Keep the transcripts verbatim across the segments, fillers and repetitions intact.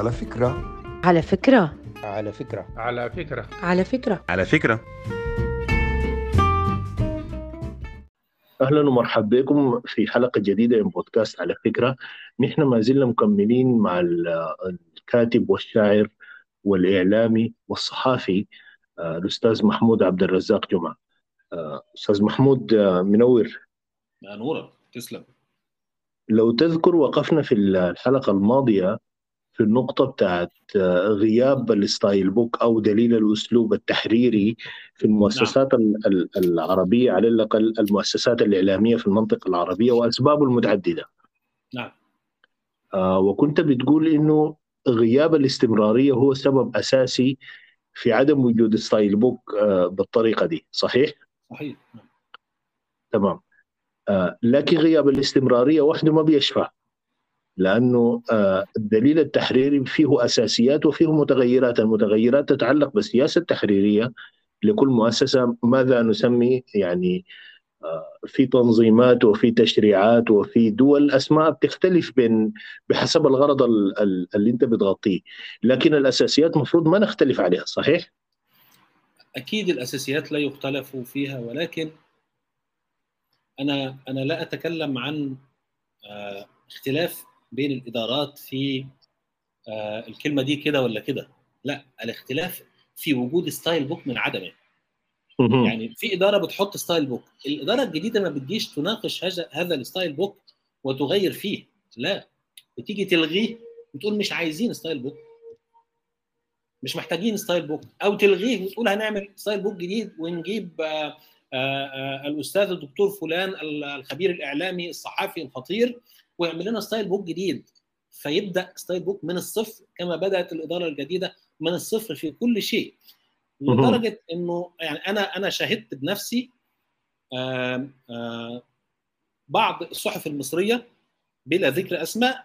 على فكرة على فكرة على فكرة على فكرة على فكرة على فكرة أهلا ومرحبا بكم في حلقة جديدة من بودكاست على فكرة. نحن ما زلنا مكملين مع الكاتب والشاعر والإعلامي والصحافي الأستاذ محمود عبد الرزاق جمعة. أستاذ محمود منور. نورا، تسلم. لو تذكر وقفنا في الحلقة الماضية في النقطة بتاعت غياب الستايل بوك أو دليل الأسلوب التحريري في المؤسسات نعم. العربية، على الأقل المؤسسات الإعلامية في المنطقة العربية، وأسبابه المتعددة. نعم. آه وكنت بتقول إنه غياب الاستمرارية هو سبب أساسي في عدم وجود ستايل بوك آه بالطريقة دي، صحيح؟ صحيح. نعم. تمام. آه لكن غياب الاستمرارية وحده ما بيشفع، لأنه الدليل التحريري فيه أساسيات وفيه متغيرات. المتغيرات تتعلق بالسياسة التحريرية لكل مؤسسة، ماذا نسمي يعني في تنظيمات وفي تشريعات وفي دول، أسماء بتختلف بين بحسب الغرض اللي أنت بتغطيه، لكن الأساسيات مفروض ما نختلف عليها، صحيح؟ أكيد الأساسيات لا يختلف فيها، ولكن أنا أنا لا أتكلم عن اختلاف بين الإدارات في آه الكلمة دي كده ولا كده، لا، الاختلاف في وجود ستايل بوك من عدمه. يعني في إدارة بتحط ستايل بوك، الإدارة الجديدة ما بتجيش تناقش هذا هذا الستايل بوك وتغير فيه، لا، بتيجي تلغيه وتقول مش عايزين ستايل بوك، مش محتاجين ستايل بوك، أو تلغيه وتقول هنعمل ستايل بوك جديد ونجيب آه آه آه الأستاذ الدكتور فلان الخبير الإعلامي الصحافي الخطير ويعمل لنا ستايل بوك جديد، فيبدا ستايل بوك من الصفر كما بدات الاداره الجديده من الصفر في كل شيء، لدرجه انه يعني انا انا شاهدت بنفسي آآ آآ بعض الصحف المصريه بلا ذكر اسماء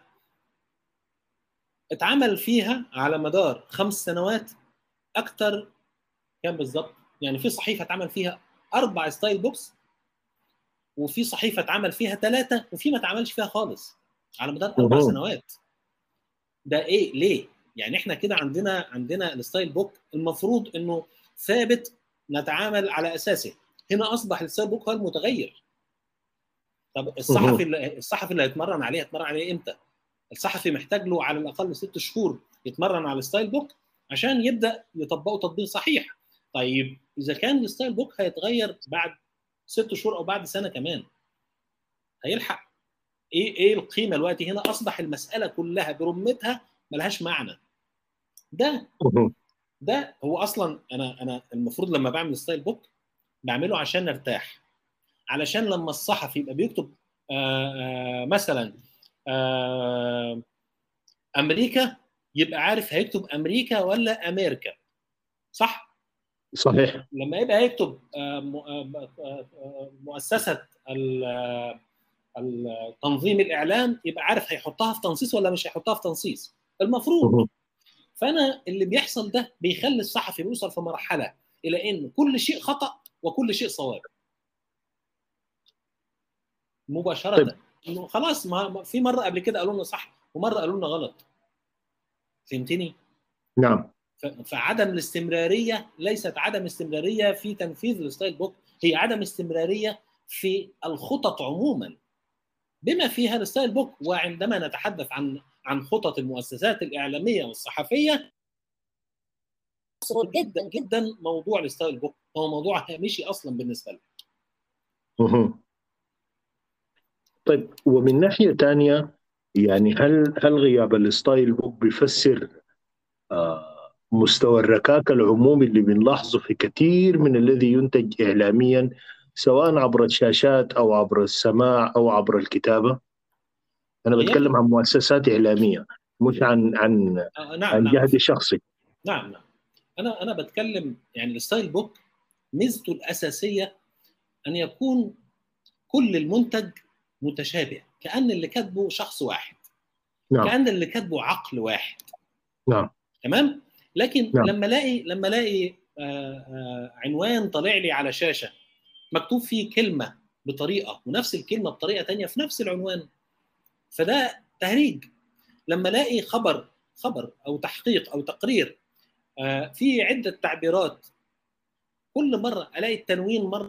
اتعمل فيها على مدار خمس سنوات اكثر. كان بالظبط يعني في صحيفه اتعمل فيها اربع ستايل بوكس، وفي صحيفه اتعمل فيها ثلاثه، وفي ما اتعملش فيها خالص على مدار اربع سنوات. ده ايه ليه؟ يعني احنا كده عندنا عندنا الستايل بوك المفروض انه ثابت نتعامل على اساسه، هنا اصبح الستايل بوك هو المتغير. طب الصحفي اللي الصحفي اللي هيتمرن عليه هيتمرن عليه امتى؟ الصحفي محتاج له على الاقل ست شهور يتمرن على الستايل بوك عشان يبدا يطبقه تطبيق صحيح. طيب اذا كان الستايل بوك هيتغير بعد ست شهور او بعد سنه كمان، هيلحق ايه ايه القيمه دلوقتي؟ هنا اصبح المساله كلها برمتها ملهاش معنى. ده ده هو اصلا انا انا المفروض لما بعمل ستايل بوك بعمله عشان نرتاح، علشان لما الصحفي يبقى بيكتب آآ آآ مثلا آآ امريكا يبقى عارف هيكتب امريكا ولا امريكا، صح؟ صحيح. لما يبقى هيكتب مؤسسه التنظيم الاعلام يبقى عارف هيحطها في تنصيص ولا مش هيحطها في تنصيص المفروض. فانا اللي بيحصل ده بيخلي الصحفي بيوصل في مرحله الى ان كل شيء خطا وكل شيء صواب مباشره. طيب. انه خلاص، ما في مره قبل كده قالوا لنا صح ومره قالوا لنا غلط، فهمتني؟ نعم. فعدم الاستمراريه ليست عدم استمراريه في تنفيذ الستايل بوك، هي عدم استمراريه في الخطط عموما بما فيها الستايل بوك. وعندما نتحدث عن عن خطط المؤسسات الإعلامية والصحفية، جدا جدا موضوع الستايل بوك هو موضوع هامشي أصلا بالنسبة له. طيب، ومن ناحية تانية يعني هل هل غياب الستايل بوك بيفسر آه مستوى الركاكة العمومي اللي بنلاحظه في كثير من الذي ينتج إعلاميا، سواء عبر الشاشات أو عبر السماع أو عبر الكتابة؟ أنا بتكلم عن مؤسسات إعلامية، مش عن عن آه نعم عن نعم جهد شخصي. نعم نعم أنا أنا بتكلم يعني الستايل بوك ميزته الأساسية أن يكون كل المنتج متشابه، كأن اللي كاتبه شخص واحد. نعم. كأن اللي كاتبه عقل واحد. نعم. تمام. لكن نعم. لما الاقي لما الاقي عنوان طالع لي على شاشة مكتوب فيه كلمة بطريقة ونفس الكلمة بطريقة تانية في نفس العنوان، فده تهريج. لما الاقي خبر خبر او تحقيق او تقرير في عده تعبيرات، كل مره الاقي التنوين مره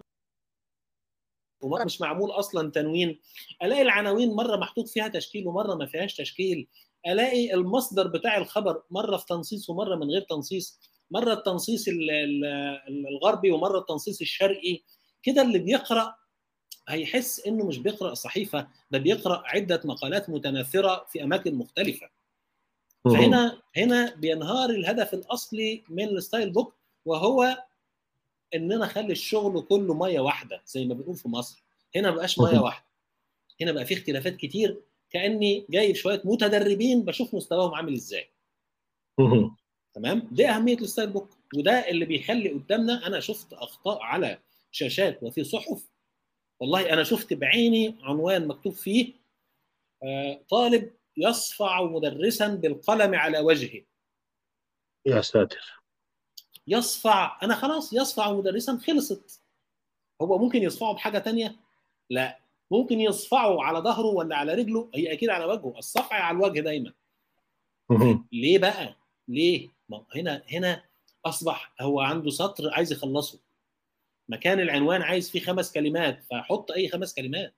ومره مش معمول اصلا تنوين، الاقي العناوين مره محطوط فيها تشكيل ومره ما فيهاش تشكيل، الاقي المصدر بتاع الخبر مره في تنصيص ومره من غير تنصيص، مره التنصيص الغربي ومره التنصيص الشرقي. كده اللي بيقرا هيحس انه مش بيقرا صحيفه، ده بيقرا عده مقالات متناثره في اماكن مختلفه. فهنا هنا بينهار الهدف الاصلي من الستايل بوك، وهو ان انا اخلي الشغل كله ميه واحده زي ما بنقول في مصر. هنا ما بقاش ميه واحده، هنا بقى في اختلافات كتير، كاني جايب شويه متدربين بشوف مستواهم عامل ازاي. تمام؟ دي اهميه الستايل بوك، وده اللي بيخلي قدامنا. انا شفت اخطاء على شاشات وفي صحف، والله انا شفت بعيني عنوان مكتوب فيه آه طالب يصفع مدرسا بالقلم على وجهه. يا ساتر. يصفع، انا خلاص يصفع مدرسا خلصت. هو ممكن يصفعه بحاجه ثانيه؟ لا، ممكن يصفعه على ظهره ولا على رجله، هي اكيد على وجهه، الصفع على الوجه دايما. ليه بقى؟ ليه؟ ما هنا هنا اصبح هو عنده سطر عايز يخلصه، مكان العنوان عايز فيه خمس كلمات، فحط اي خمس كلمات.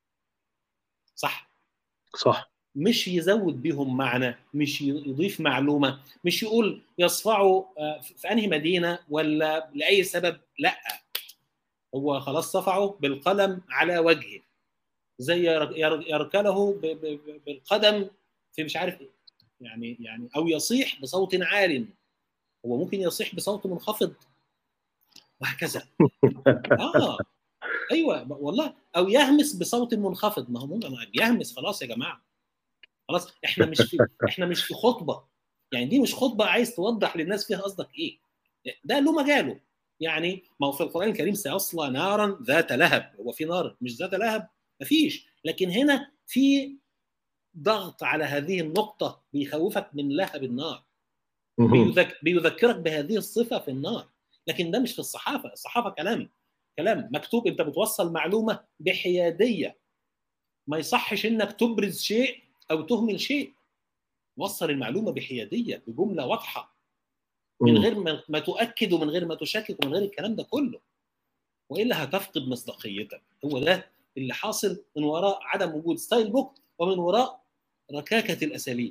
صح؟ صح. مش يزود بيهم معنى، مش يضيف معلومه، مش يقول يصفعوا في انهي مدينه ولا لاي سبب، لا، هو خلاص صفعه بالقلم على وجهه، زي يركله بالقدم في مش عارف ايه، يعني يعني او يصيح بصوت عال، هو ممكن يصيح بصوت منخفض، وهكذا. اه ايوه والله، او يهمس بصوت منخفض، ما هو ممكن يهمس. خلاص يا جماعه، خلاص احنا مش في احنا مش في خطبه، يعني دي مش خطبه عايز توضح للناس فيها قصدك ايه، ده له مجاله. يعني ما هو في القران الكريم سيصلى نارا ذات لهب، هو في نار مش ذات لهب؟ مفيش. لكن هنا في ضغط على هذه النقطه بيخوفك من لهب النار، بيذك... بيذكرك بهذه الصفه في النار. لكن ده مش في الصحافه، الصحافه كلام كلام مكتوب، انت بتوصل معلومه بحياديه، ما يصحش انك تبرز شيء او تهمل شيء، وصل المعلومه بحياديه بجمله واضحه، من غير ما تؤكد ومن غير ما تشكك ومن غير الكلام ده كله، والا هتفقد مصداقيتك. هو ده اللي حاصل من وراء عدم وجود ستايل بوك، ومن وراء ركاكه الاساليب،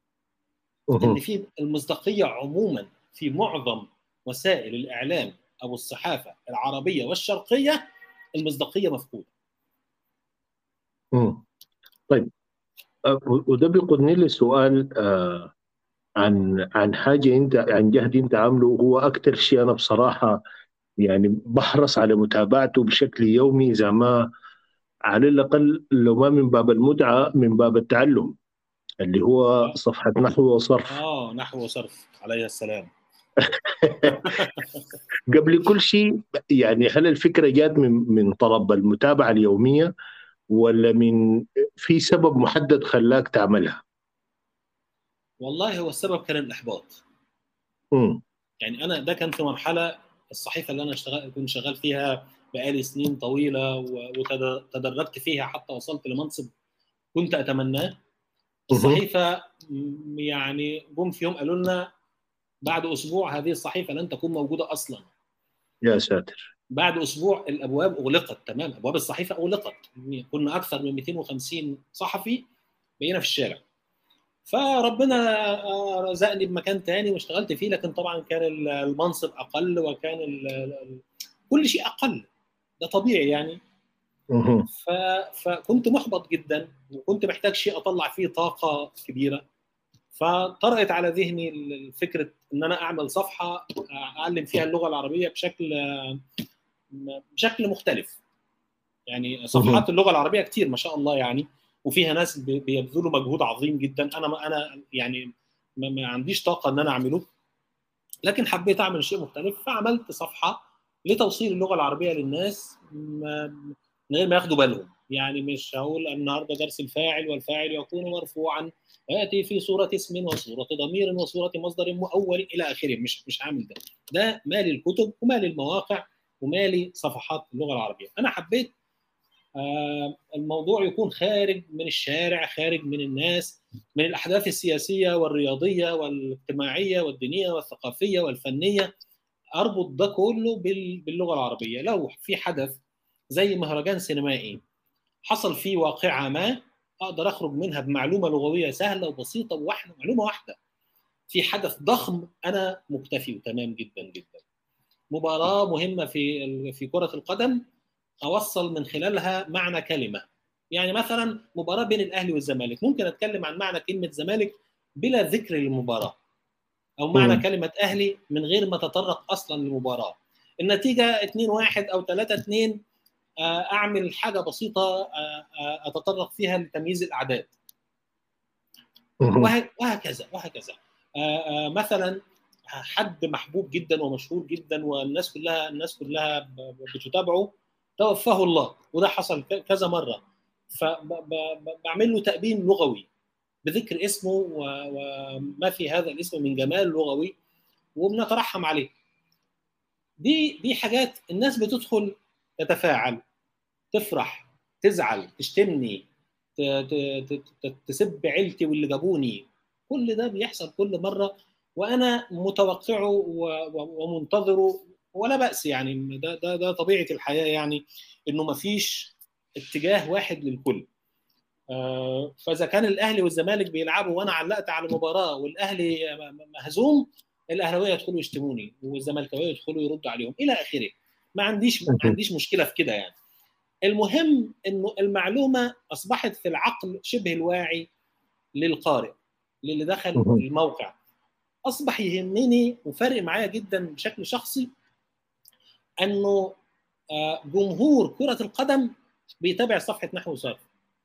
ان في المصداقيه عموما في معظم وسائل الاعلام او الصحافه العربيه والشرقيه، المصداقيه مفقوده. طيب، وده بيقودني لسؤال آه عن عن حاجه انت عن جهد انت عامله، هو اكثر شيء انا بصراحه يعني بحرص على متابعته بشكل يومي، اذا ما على الاقل لو ما من باب المتعه من باب التعلم، اللي هو صفحه نحو وصرف. اه نحو وصرف، عليه السلام. قبل كل شيء، يعني هل الفكره جات من من طلب المتابعه اليوميه، ولا من في سبب محدد خلاك تعملها؟ والله هو السبب كان الاحباط. م. يعني انا ده كان في مرحله، الصحيفه اللي انا اشتغل كنت شغال فيها بقالي سنين طويله وتدرجت فيها حتى وصلت لمنصب كنت اتمناه. الصحيفه يعني جم في يوم قالوا لنا بعد اسبوع هذه الصحيفه لن تكون موجوده اصلا. يا ساتر. بعد اسبوع الابواب اغلقت تمام، ابواب الصحيفه اغلقت، كنا اكثر من مئتين وخمسين صحفي بقينا في الشارع. فربنا رزقني بمكان تاني واشتغلت فيه، لكن طبعا كان المنصب اقل وكان ال ال كل شيء اقل، ده طبيعي يعني. ف فكنت محبط جدا، وكنت محتاج شيء اطلع فيه طاقه كبيره. فطرأت على ذهني فكره ان انا اعمل صفحه اعلم فيها اللغه العربيه بشكل بشكل مختلف. يعني صفحات اللغه العربيه كتير ما شاء الله يعني، وفيها ناس بيبذلوا مجهود عظيم جدا، انا انا يعني ما عنديش طاقه ان انا اعمله، لكن حبيت اعمل شيء مختلف، فعملت صفحه لتوصيل اللغه العربيه للناس من غير ما ياخدوا بالهم. يعني مش هقول النهارده درس الفاعل والفاعل يكون مرفوعا وياتي في صوره اسم وصوره ضمير وصوره مصدر مؤول الى اخره، مش مش عامل ده. ده مالي الكتب ومالي المواقع ومالي صفحات اللغه العربيه. انا حبيت الموضوع يكون خارج من الشارع، خارج من الناس، من الأحداث السياسية والرياضية والاجتماعية والدينية والثقافية والفنية. أربط ده كله باللغة العربية. لو في حدث زي مهرجان سينمائي حصل فيه واقعة ما، أقدر أخرج منها بمعلومة لغوية سهلة وبسيطة وواحدة، معلومة واحدة. في حدث ضخم أنا مكتفي وتمام جدا جدا. مباراة مهمة في في كرة القدم، أوصل من خلالها معنى كلمة. يعني مثلا مباراة بين الأهلي والزمالك، ممكن أتكلم عن معنى كلمة زمالك بلا ذكر للمباراة، أو معنى مم. كلمة أهلي من غير ما تطرق أصلا للمباراة. النتيجة اتنين واحد أو ثلاثة اثنين، أعمل حاجة بسيطة أتطرق فيها لتمييز الأعداد، مم. وهكذا وهكذا. مثلا حد محبوب جدا ومشهور جدا والناس كلها الناس كلها بتتابعه، توفاه الله، وده حصل كذا مره، فبعمل له تأبين لغوي بذكر اسمه وما في هذا الاسم من جمال لغوي، وبنترحم عليه. دي دي حاجات الناس بتدخل تتفاعل، تفرح، تزعل، تشتمني، تسب عيلتي واللي جابوني. كل ده بيحصل كل مره، وانا متوقعه ومنتظره ولا بأس. يعني ده ده ده طبيعه الحياه، يعني انه ما فيش اتجاه واحد للكل. فاذا كان الاهلي والزمالك بيلعبوا وانا علقت على المباراه والاهلي مهزوم، الاهلاويه يدخلوا يشتموني والزملكاويه يدخلوا يردوا عليهم الى اخره. ما عنديش ما عنديش مشكله في كده يعني. المهم انه المعلومه اصبحت في العقل شبه الواعي للقارئ، للي دخل الموقع. اصبح يهمني وفارق معايا جدا بشكل شخصي انه جمهور كره القدم بيتابع صفحه نحو وصرف.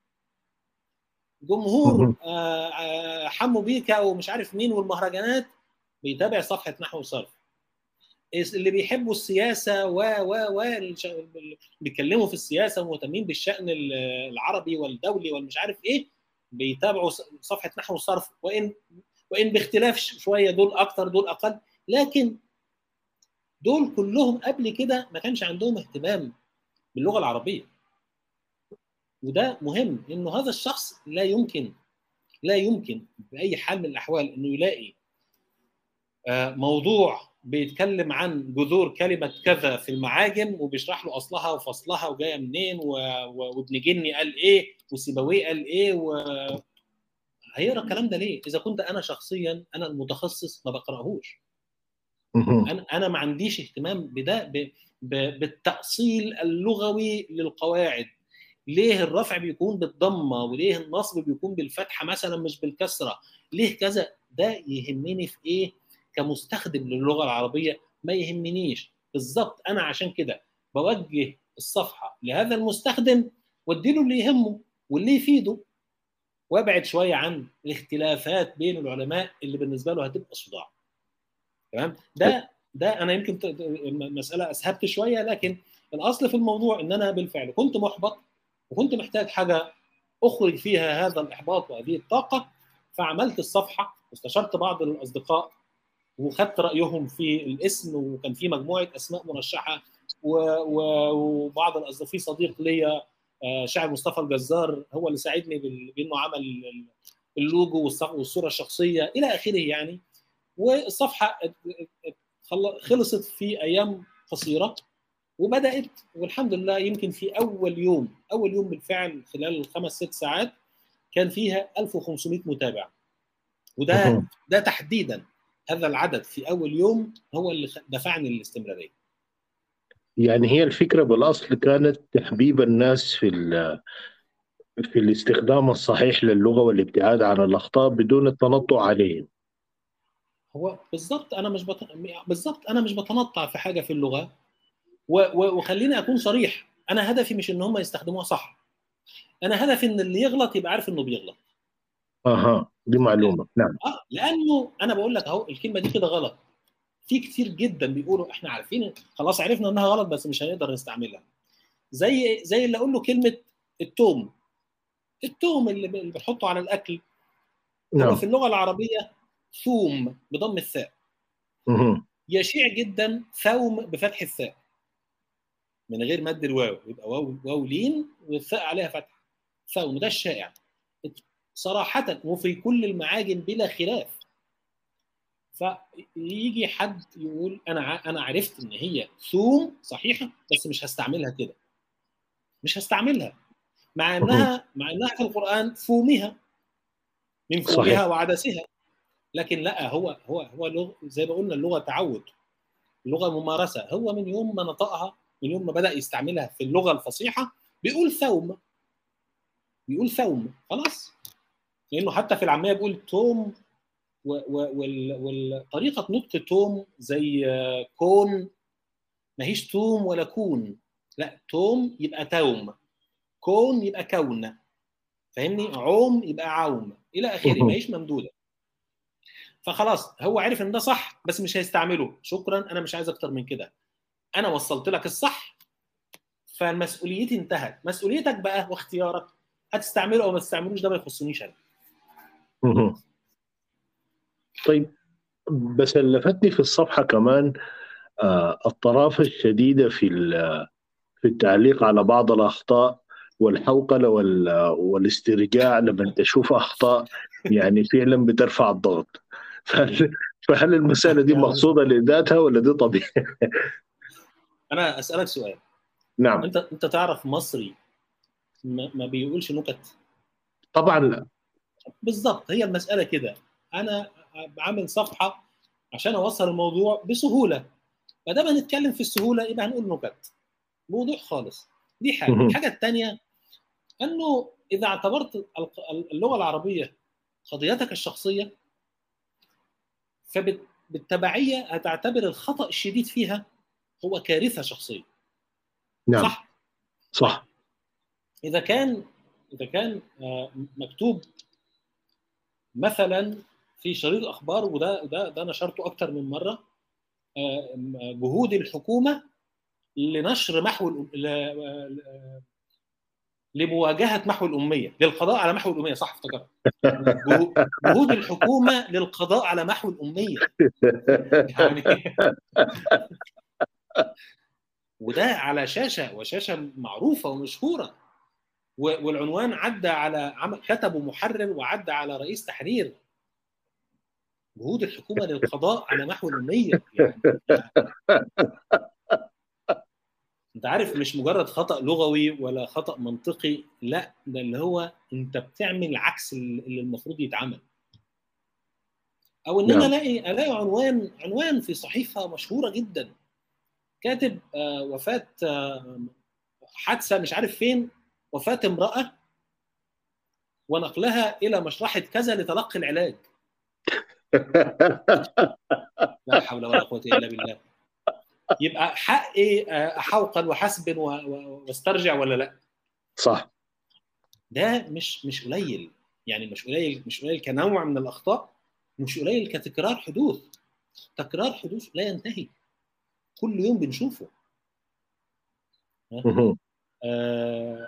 جمهور حمو بيكا ومش عارف مين والمهرجانات بيتابع صفحه نحو وصرف. اللي بيحبوا السياسه و و و بيتكلموا في السياسه ومهتمين بالشأن العربي والدولي والمش عارف ايه، بيتابعوا صفحه نحو وصرف، وان وان باختلاف شويه، دول اكتر دول اقل، لكن دول كلهم قبل كده ما كانش عندهم اهتمام باللغه العربيه. وده مهم، انه هذا الشخص لا يمكن لا يمكن باي حال من الاحوال انه يلاقي موضوع بيتكلم عن جذور كلمه كذا في المعاجم وبيشرح له اصلها وفصلها وجايه منين وابن جني قال ايه وسيبويه قال ايه و... هيقرا الكلام ده ليه؟ اذا كنت انا شخصيا انا المتخصص ما بقراهوش. انا انا ما عنديش اهتمام بده، ب... ب... بالتاصيل اللغوي للقواعد. ليه الرفع بيكون بالضمه وليه النصب بيكون بالفتحه مثلا مش بالكسره؟ ليه كذا؟ ده يهمني في ايه كمستخدم للغه العربيه؟ ما يهمنيش بالظبط. انا عشان كده بوجه الصفحه لهذا المستخدم واديله اللي يهمه واللي يفيده، وابعد شويه عن الاختلافات بين العلماء اللي بالنسبه له هتبقى صداع. تمام؟ ده ده انا يمكن المساله اسهبت شويه، لكن الاصل في الموضوع ان انا بالفعل كنت محبط وكنت محتاج حاجه اخرج فيها هذا الاحباط وهذه الطاقه، فعملت الصفحه واستشرت بعض الاصدقاء وخدت رايهم في الاسم، وكان في مجموعه اسماء مرشحه، وبعض الاصدقاء، في صديق ليا شاعر مصطفى الجزار هو اللي ساعدني بانه عمل اللوجو والصوره الشخصيه الى اخره يعني. والصفحه خلصت في ايام قصيره وبدات، والحمد لله يمكن في اول يوم اول يوم بالفعل خلال الخمس ست ساعات كان فيها ألف وخمسمائة متابع. وده ده تحديدا هذا العدد في اول يوم هو اللي دفعني للاستمراريه. يعني هي الفكره بالاصل كانت تحبيب الناس في في الاستخدام الصحيح للغه والابتعاد عن الاخطاء بدون التنطع عليهم. هو بالظبط انا مش بت... بالظبط انا مش بتنطع في حاجه في اللغه، و... و... وخليني اكون صريح، انا هدفي مش ان هم يستخدموها صح، انا هدفي ان اللي يغلط يبقى عارف انه بيغلط. اها، دي معلومه. نعم. اه لانه انا بقول لك اهو الكلمه دي كده غلط. في كتير جدا بيقولوا احنا عارفين خلاص عرفنا انها غلط بس مش هنقدر نستعملها. زي زي اللي اقول له كلمه التوم. التوم اللي بنحطه على الاكل نعم. هو في اللغه العربيه ثوم بضم الثاء. مه. يشيع جدا ثوم بفتح الثاء. من غير مد الواو، يبقى واو واو لين والثاء عليها فتح، ثوم. ده الشائع صراحة وفي كل المعاجم بلا خلاف. فيجي حد يقول انا انا عرفت ان هي ثوم صحيحه بس مش هستعملها كده، مش هستعملها، مع انها مع انها في القران فومها، من فومها صحيح. وعدسها. لكن لا، هو هو هو لغة زي ما قلنا، اللغه تعود، اللغه ممارسه. هو من يوم ما نطقها، من يوم ما بدا يستعملها في اللغه الفصيحه بيقول ثوم، بيقول ثوم خلاص. لانه حتى في العاميه بيقول توم، وطريقه نطق توم زي كون، ما هيش توم ولا كون، لا توم يبقى توم، كون يبقى كون، فاهمني؟ عوم يبقى عوم، الى اخره، ما هيش ممدوده. فخلاص هو عرف ان ده صح بس مش هيستعمله. شكرا، انا مش عايز اكتر من كده، انا وصلت لك الصح، فمسؤوليتي انتهت. مسؤوليتك بقى واختيارك، هتستعمله او ما تستعملوش ده ما يخصنيش انا. طيب، بس اللي لفتني في الصفحه كمان آه الطرافه الشديده في في التعليق على بعض الاخطاء والحوقله والاسترجاع لما تشوف اخطاء يعني فعلا بترفع الضغط. فهل, فهل المساله دي مقصوده لذاتها ولا دي طبيعي؟ انا اسالك سؤال. نعم. انت انت تعرف مصري ما بيقولش نكت؟ طبعا لا. بالظبط، هي المساله كده. انا بعمل صفحه عشان اوصل الموضوع بسهوله، ما دام هنتكلم في السهوله يبقى هنقول نكت، موضوع خالص. دي حاجه. الحاجه الثانيه انه اذا اعتبرت اللغه العربيه قضيتك الشخصيه، فبالتبعيه هتعتبر الخطا الشديد فيها هو كارثه شخصيه. نعم. صح؟ صح. اذا كان اذا كان مكتوب مثلا في شريط اخبار، وده ده ده نشرته اكثر من مره، جهود الحكومه لنشر محو لمواجهه محو الاميه، للقضاء على محو الاميه، صح افتكرت، جهود الحكومه للقضاء على محو الاميه يعني وده على شاشه، وشاشه معروفه ومشهوره، والعنوان عدى على كتبه محرر وعدى على رئيس تحرير، جهود الحكومه للقضاء على محو الاميه. يعني انت عارف، مش مجرد خطا لغوي ولا خطا منطقي، لا، ده اللي هو انت بتعمل عكس اللي المفروض يتعمل. او ان انا نعم. الاقي الاقي عنوان عنوان في صحيفه مشهوره جدا كاتب آه وفاه آه حادثه مش عارف فين، وفاه امراه ونقلها الى مشرحه كذا لتلقي العلاج. لا حول ولا قوه الا بالله. يبقى حقي احوقل وحسب واسترجع ولا لا؟ صح. ده مش مش قليل، يعني مش قليل، مش قليل كنوع من الاخطاء، مش قليل كتكرار حدوث. تكرار حدوث لا ينتهي، كل يوم بنشوفه. آه آه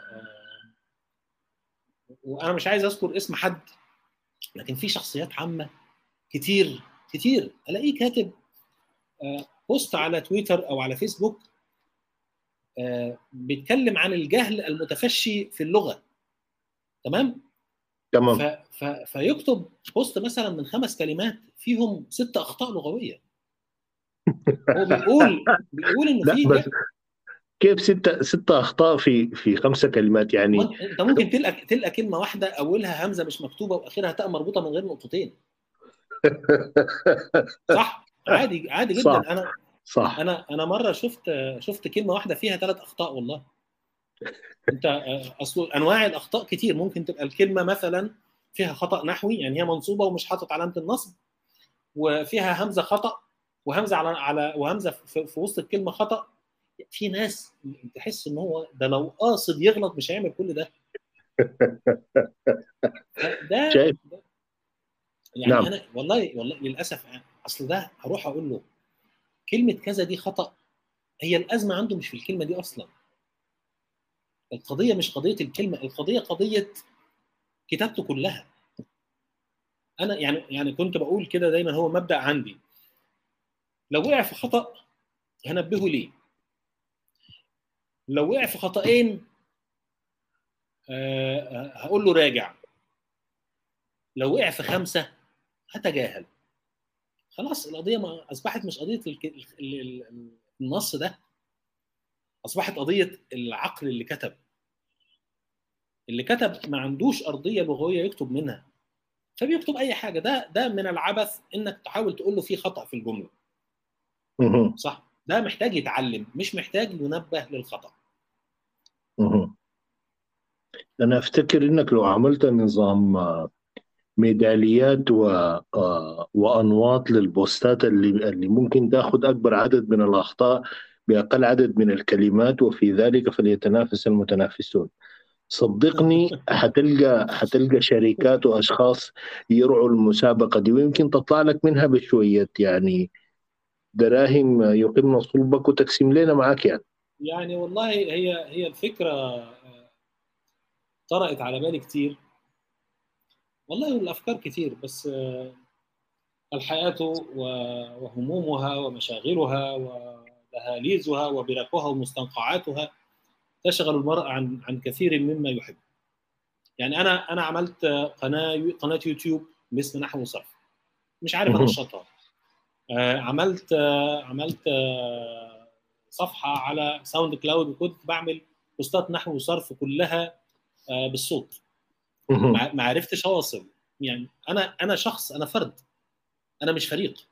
وانا مش عايز اذكر اسم حد، لكن في شخصيات عامه كتير كتير الاقيه كاتب آه بوست على تويتر او على فيسبوك آه بيتكلم عن الجهل المتفشي في اللغه، تمام؟ تمام. ف... ف... فيكتب بوست مثلا من خمس كلمات فيهم ست اخطاء لغويه. هو بيقول بيقول انه لا في بس جهل. كيف ستة ستة أخطاء في في خمسة كلمات يعني؟ انت ممكن تلقى تلقى كلمه واحده اولها همزه مش مكتوبه واخرها تاء مربوطه من غير نقطتين. صح، عادي عادي صح. جدا. انا صح. انا انا مره شفت شفت كلمه واحده فيها ثلاث اخطاء والله. انت اصل انواع الاخطاء كتير، ممكن تبقى الكلمه مثلا فيها خطا نحوي، يعني هي منصوبه ومش حاطط علامه النصب، وفيها همزه خطا، وهمزه على على وهمزه في, في وسط الكلمه خطا. في ناس تحس ان هو ده لو قاصد يغلط مش هيعمل كل ده. ده شايف؟ يعني نعم. انا والله والله للاسف، اصل ده هروح اقول له كلمه كذا دي خطا، هي الازمه عنده مش في الكلمه دي اصلا. القضيه مش قضيه الكلمه، القضيه قضيه كتابته كلها. انا يعني يعني كنت بقول كده دايما، هو مبدا عندي، لو وقع في خطا هنبهه ليه. لو وقع في خطأين آه هقول له راجع، لو وقع في خمسه هتجاهل. خلاص القضيه ما اصبحت مش قضيه النص ده، اصبحت قضيه العقل اللي كتب. اللي كتب ما عندوش ارضيه لغويه يكتب منها، فبيكتب اي حاجه. ده ده من العبث انك تحاول تقول له في خطا في الجمله. صح، ده محتاج يتعلم، مش محتاج ينبه للخطا. انا افتكر انك لو عملت نظام ميداليات و... وانواط للبوستات اللي اللي ممكن تاخذ اكبر عدد من الاخطاء باقل عدد من الكلمات، وفي ذلك فليتنافس المتنافسون. صدقني حتلقى حتلقى شركات واشخاص يرعوا المسابقه دي، ويمكن تطلع لك منها بشويه يعني دراهم يقمن صلبك وتقسم لنا معاك يعني. يعني والله هي هي الفكره طرقت على بالي كتير والله، والافكار كتير، بس الحياه وهمومها ومشاغلها ودهاليزها وبركها ومستنقعاتها تشغل المرء عن عن كثير مما يحب. يعني انا انا عملت قناه قناه يوتيوب باسم نحو وصرف، مش عارف انشطها. عملت عملت صفحه على ساوند كلاود، وكنت بعمل بوستات نحو وصرف كلها بالصوت. ما عرفتش اواصل. يعني انا انا شخص، انا فرد، انا مش فريق.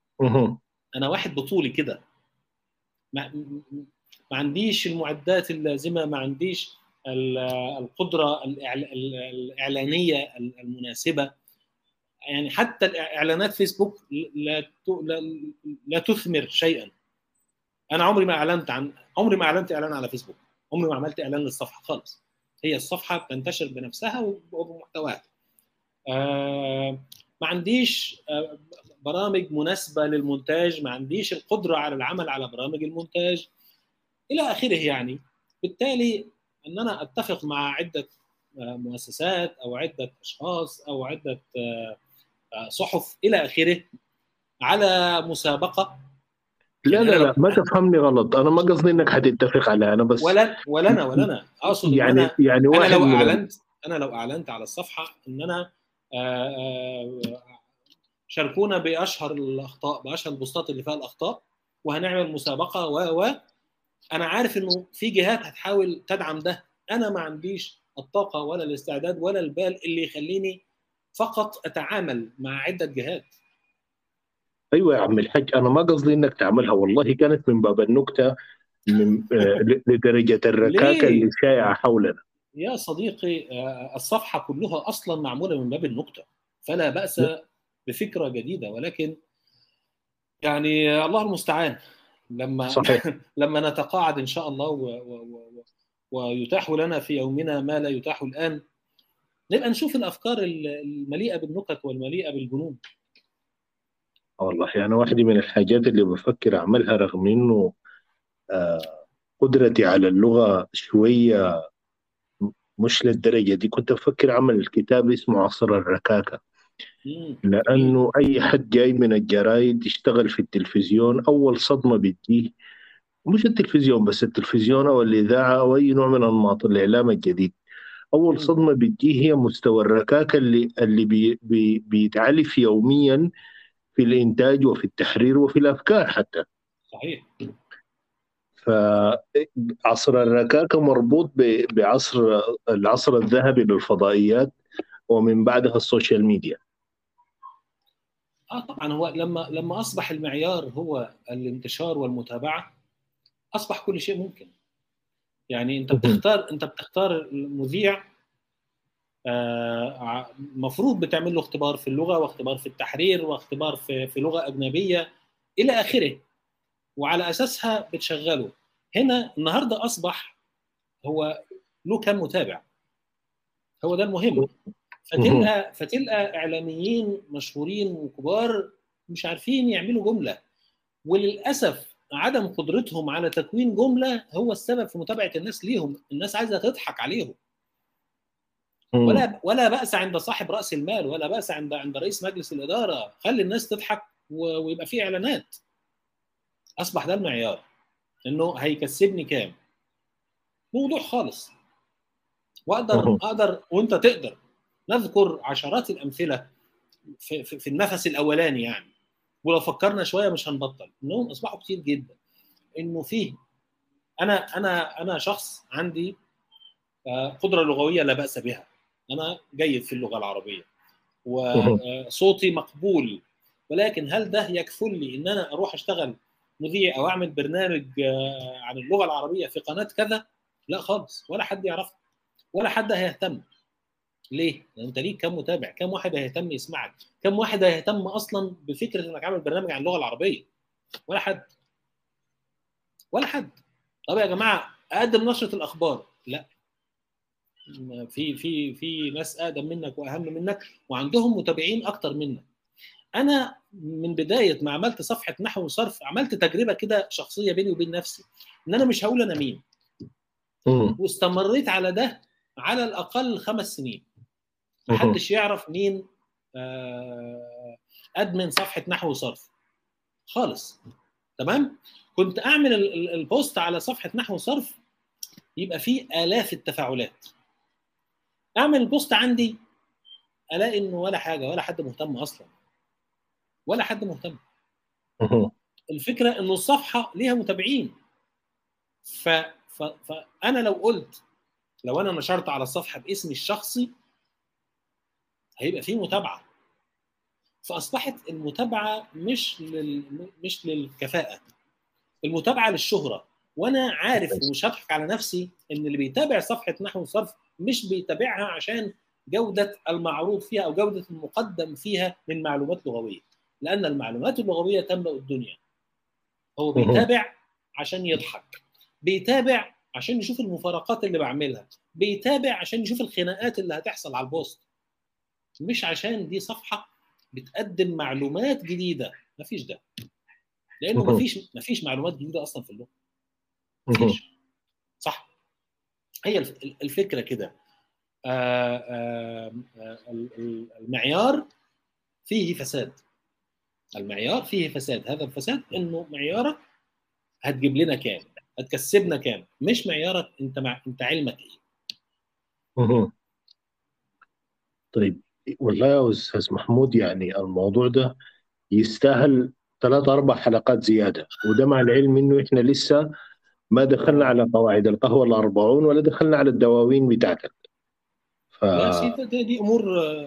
انا واحد بطولي كده، ما, ما عنديش المعدات اللازمه، ما عنديش القدره الاعلانيه المناسبه. يعني حتى اعلانات فيسبوك لا لا تثمر شيئا. انا عمري ما اعلنت عن عمري ما اعلنت اعلان على فيسبوك، عمري ما عملت اعلان للصفحه خالص. هي الصفحه بتنتشر بنفسها وبمحتواها. آه ما عنديش آه برامج مناسبه للمونتاج، ما عنديش القدره على العمل على برامج المونتاج الى اخره. يعني بالتالي ان انا اتفق مع عده آه مؤسسات او عده اشخاص او عده آه صحف الى اخره على مسابقه. لا يعني لا انا لا، لو ما تفهمني غلط، انا ما قصدي انك حتتفق على، انا بس ولا ولا انا ولا انا اقصد ان يعني انا يعني انا واحد لو من ال... اعلنت انا لو اعلنت على الصفحه ان انا آآ آآ شاركونا باشهر الاخطاء، باشهر البوستات اللي فيها الاخطاء، وهنعمل مسابقه و و انا عارف انه في جهات هتحاول تدعم ده. انا ما عنديش الطاقه ولا الاستعداد ولا البال اللي يخليني فقط اتعامل مع عده جهات. ايوه يا عم الحاج، انا ما قصدي انك تعملها، والله كانت من باب النكته، من آه، لدرجه الركاكه اللي ليه شائعه حولنا. يا صديقي؟ الصفحه كلها اصلا معموله من باب النكته، فلا باس بفكره جديده، ولكن يعني الله المستعان. لما صحيح. لما نتقاعد ان شاء الله و... و... و... ويتاح لنا في يومنا ما لا يتاح الان، نبقى نشوف الافكار المليئه بالنكت والمليئه بالجنون. والله يعني واحده من الحاجات اللي بفكر اعملها، رغم انه آه، قدرتي على اللغه شويه مش للدرجه دي، كنت بفكر اعمل كتاب اسمه عصر الركاكه. مم. جميل. لانه اي حد جاي من الجرايد يشتغل في التلفزيون، اول صدمه بتجيه، مش التلفزيون بس، التلفزيون او الاذاعه او اي نوع من انماط الاعلام الجديد، اول مم. صدمه بتجيه هي مستوى الركاكه اللي اللي بي بي بيتعلف يوميا في الانتاج وفي التحرير وفي الافكار حتى. صحيح. فعصر الركاكه مربوط ب- بعصر العصر الذهبي للفضائيات، ومن بعدها السوشيال ميديا. اه طبعا، هو لما لما اصبح المعيار هو الانتشار والمتابعه، اصبح كل شيء ممكن. يعني انت بتختار انت بتختار المذيع، آه مفروض بتعمل له اختبار في اللغه، واختبار في التحرير، واختبار في في لغه اجنبيه الى اخره، وعلى اساسها بتشغله. هنا النهارده اصبح هو له كم متابع، هو ده المهم. فتلقى فتلقى اعلاميين مشهورين وكبار مش عارفين يعملوا جمله، وللاسف عدم قدرتهم على تكوين جمله هو السبب في متابعه الناس ليهم. الناس عايزه تضحك عليهم. ولا ولا بأس عند صاحب رأس المال، ولا بأس عند عند رئيس مجلس الإدارة. خلي الناس تضحك ويبقى في إعلانات. أصبح ده المعيار، إنه هيكسبني كام. بوضوح خالص. واقدر اقدر وانت تقدر نذكر عشرات الامثله في, في, في النفس الاولاني يعني، ولو فكرنا شويه مش هنبطل، انهم اصبحوا كتير جدا. انه فيه انا انا انا شخص عندي قدره لغويه لا باس بها، انا جيد في اللغه العربيه وصوتي مقبول، ولكن هل ده يكفل لي ان انا اروح اشتغل مذيع او اعمل برنامج عن اللغه العربيه في قناه كذا؟ لا خالص، ولا حد يعرف ولا حد هيهتم. ليه؟ لان انت ليك كم متابع؟ كم واحد هيهتم يسمعك؟ كم واحد هيهتم اصلا بفكره انك عامل برنامج عن اللغه العربيه؟ ولا حد، ولا حد. طب يا جماعه اقدم نشره الاخبار، لا، في في في ناس اقدم منك واهم منك وعندهم متابعين اكتر منك. انا من بدايه ما عملت صفحه نحو وصرف عملت تجربه كده شخصيه بيني وبين نفسي، ان انا مش هقول انا مين، واستمريت على ده على الاقل خمس سنين. محدش يعرف مين ادمن صفحه نحو وصرف خالص. تمام. كنت اعمل البوست على صفحه نحو وصرف يبقى فيه الاف التفاعلات، اعمل البوست عندي الاقي انه ولا حاجه، ولا حد مهتم اصلا، ولا حد مهتم. الفكره انه الصفحه ليها متابعين، ف... ف... فانا لو قلت، لو انا نشرت على الصفحه باسمي الشخصي هيبقى فيه متابعه، فاصبحت المتابعه مش لل... مش للكفاءه، المتابعه للشهره. وانا عارف ومش هضحك على نفسي ان اللي بيتابع صفحه نحو وصرف مش بيتابعها عشان جوده المعروض فيها او جوده المقدم فيها من معلومات لغويه، لان المعلومات اللغويه تملا الدنيا. هو بيتابع عشان يضحك، بيتابع عشان يشوف المفارقات اللي بعملها، بيتابع عشان يشوف الخناقات اللي هتحصل على البوست، مش عشان دي صفحه بتقدم معلومات جديده. مفيش ده، لانه مفيش مفيش معلومات جديده اصلا في اللغه. مفيش. صح. هي الفكره كده. المعيار فيه فساد، المعيار فيه فساد. هذا الفساد انه معيارك هتجيب لنا كام، هتكسبنا كام، مش معيارك انت مع... انت علمك ايه. طيب والله يا استاذ محمود، يعني الموضوع ده يستاهل ثلاث اربع حلقات زياده، وده مع العلم انه احنا لسه ما دخلنا على قواعد القهوه الاربعون ولا دخلنا على الدواوين بتاعتك. ف... لا سيدي، دي, دي امور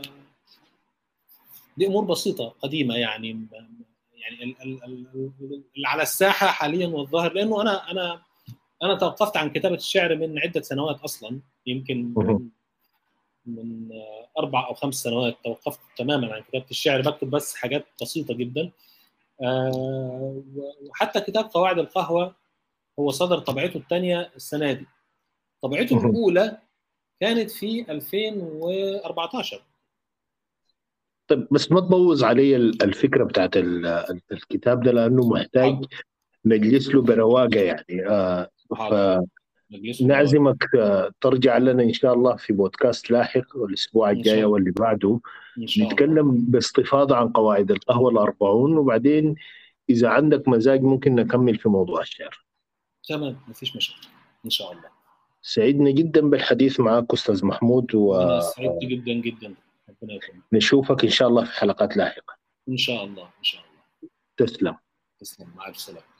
دي امور بسيطه قديمه يعني، يعني اللي على الساحه حاليا والظاهر، لانه انا انا انا توقفت عن كتابه الشعر من عده سنوات اصلا، يمكن من, من اربع او خمس سنوات توقفت تماما عن كتابه الشعر، بكتب بس حاجات بسيطه جدا. أه وحتى كتاب قواعد القهوه هو صدر طبعته الثانيه السنه دي، طبعته الاولى كانت في ألفين وأربعتاشر. طيب بس ما تبوظ علي الفكره بتاعت الكتاب ده، لانه محتاج حاضر. نجلس له برواقه يعني. آه فنعزمك آه ترجع لنا ان شاء الله في بودكاست لاحق الاسبوع الجاي واللي بعده، نتكلم باستفاضه عن قواعد القهوه الاربعون، وبعدين اذا عندك مزاج ممكن نكمل في موضوع الشعر. تمام، مفيش مشكله ان شاء الله. سعدني جدا بالحديث معك استاذ محمود، و انا سعدت جدا جدا. ربنا يكرمك. نشوفك ان شاء الله في حلقات لاحقه ان شاء الله. ان شاء الله. تسلم. تسلم. مع السلامه.